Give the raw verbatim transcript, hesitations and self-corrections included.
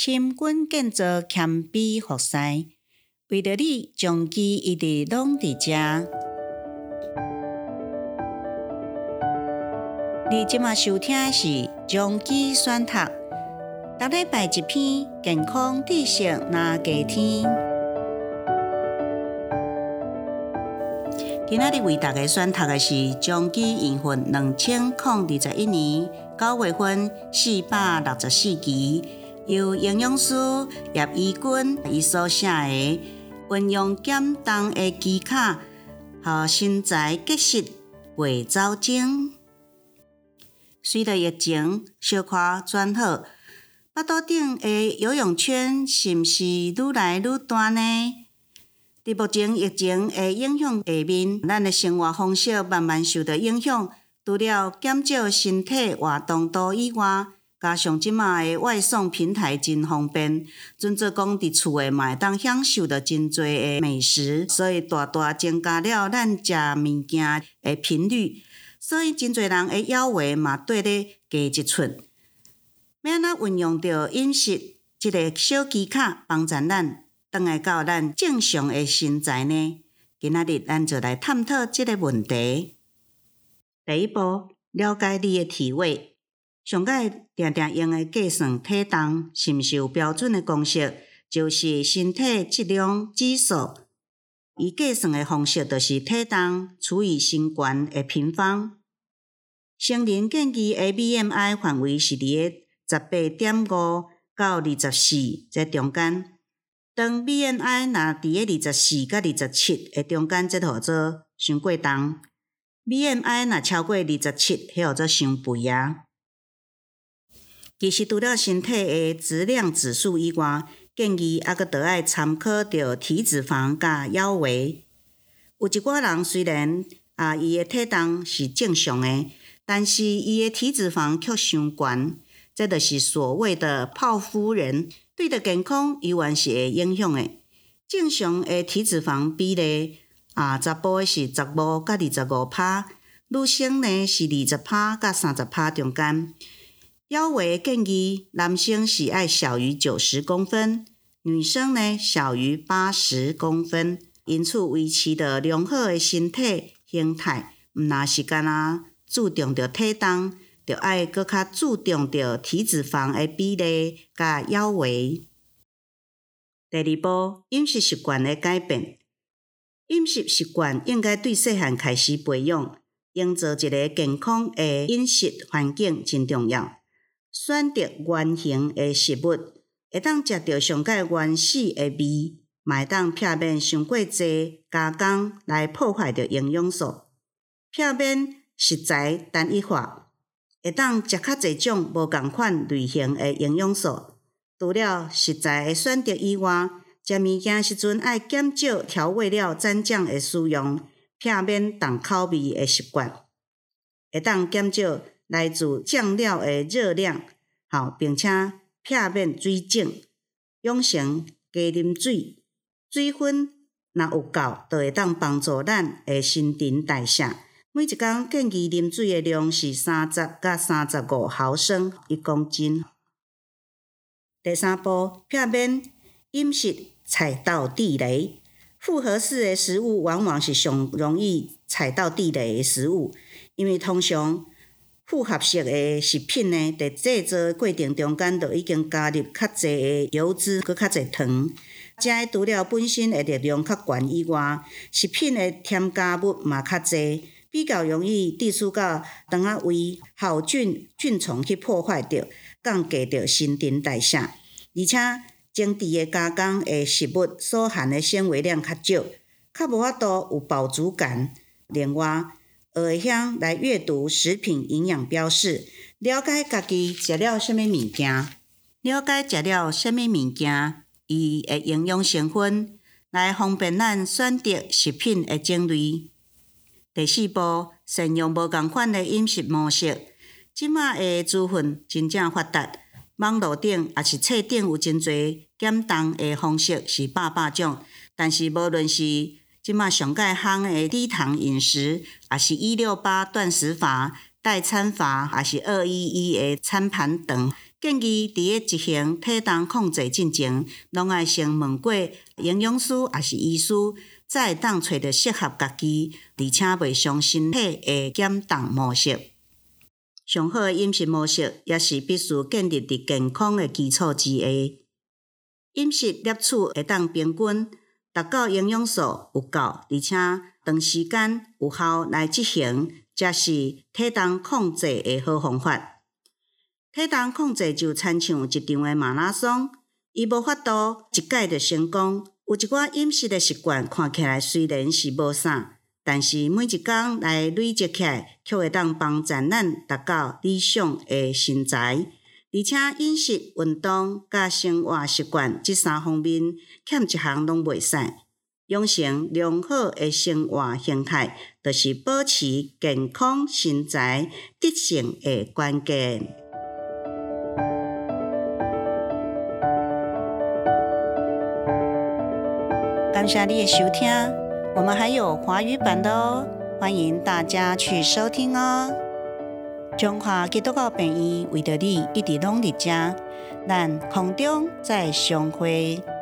深滚建造谦卑服侍，为着你将其一直拢伫遮。你即马收听的是将其选读，逐礼拜一篇健康知识拿加添。今仔日为大家选读的是将其缘分两千零二十一年九月份四百六十四期，由营养师叶怡君伊所写的运用减重的技巧，予身材结实袂走精。随着疫情小可转好，腹肚顶的游泳圈是毋是愈来愈大呢？伫目前疫情的影响下面，咱的生活方式慢慢受到影响。除了减少身体活动度以外，加上即马的外送平台真方便，准做讲伫厝诶嘛会当享受到真侪的美食，所以大大增加了咱食物件的频率。所以真侪人的腰围嘛对咧加一寸。要安怎运用着饮食即个小技巧，帮助咱转来到咱正常的身材呢？今仔日咱就来探讨即个问题。第一步，了解你的体位。上界定定用的计算体重，是毋是有标准的公式？就是身体质量指数。伊计算的方式就是体重除以身高的平方。成人建议的 B M I 范围是伫个十八点五到二十四这中间。当 B M I 若伫个二十四到二十七的中间，这叫做伤过重。B M I 若超过二十七，迄叫做伤肥啊。其实除了身体的质量指数以外，建议还阁得爱参考着体脂肪甲腰围。有一寡人虽然啊，伊的体重是正常的，但是伊的体脂肪却伤悬，这就是所谓的泡芙人，对着健康依然是会影响的。正常的体脂肪比例啊，查甫的是十五到二十五趴，女性呢是二十趴到三十趴中间。腰围建议男生是爱小于九十公分，女生呢小于八十公分。因此维持着良好的身体形态，毋若是干那注重着体重，就爱搁较注重着体脂肪的比例甲腰围。第二步，饮食习惯的改变。饮食习惯应该对细汉开始培养，营造一个健康的饮食环境真重要。选择圆形的食物，会当食到上界原始的味，嘛会当避免伤过济加工来破坏着营养素。避免食材单一化，会当食较济种无共款类型的营养素。除了食材的选择以外，食物件时阵爱减少调味料蘸酱的使用，避免重口味的习惯，会当减少来自酱料的热量，好，并且避免水肿，养成加啉水，水分若有够，就会当帮助咱的新陈代谢。每一工建议啉水的量是三十到三十五毫升一公斤。第三步，避免饮食踩到地雷。复合式的食物往往是上容易踩到地雷的食物，因为通常复合式的食品呢，在制作过程中间就已经加入较侪的油脂，佮较侪糖。食的除了本身的热量较悬以外，食品的添加物嘛较侪，比较容易滴输到肠仔胃，好菌菌虫去破坏着，降低着新陈代谢。而且精致的加工的食物所含的纤维量较少，较无法度有饱足感。另外，学会晓来阅读食品营养标示，了解家己食了什么物件，了解食了什么物件，伊的营养成分，来方便咱选择食品的种类。第四步，善用无共款的饮食模式。即马的资讯真正发达，网络顶也是册顶有真侪减重的方式是百百种，但是无论是即马上界夯的低糖饮食，也是一六八断食法、代餐法，还是二一一的餐盘等， 建议伫个执行体重控制进前，拢爱先问过营养师也是医师，才会当找到适合家己，而且袂伤身体的减重模式。上好的饮食模式也是必须建立伫健康的基础之下。饮食摄取会当平均，达到营养素有够，而且长时间有效来执行，才是体重控制的好方法。体重控制就亲像一场的马拉松，伊无法度一摆就成功。有一寡饮食的习惯看起来虽然是无啥，但是每一工来累积起来，却会当帮助咱达到理想的身材。而且饮食、运动、甲生活习惯这三方面，欠一项拢袂使。养成良好的生活形态，就是保持健康身材得胜的关键。感谢你的收听，我们还有华语版的哦，欢迎大家去收听哦。中华基督教病院为着你一直努力中，咱空中再相会。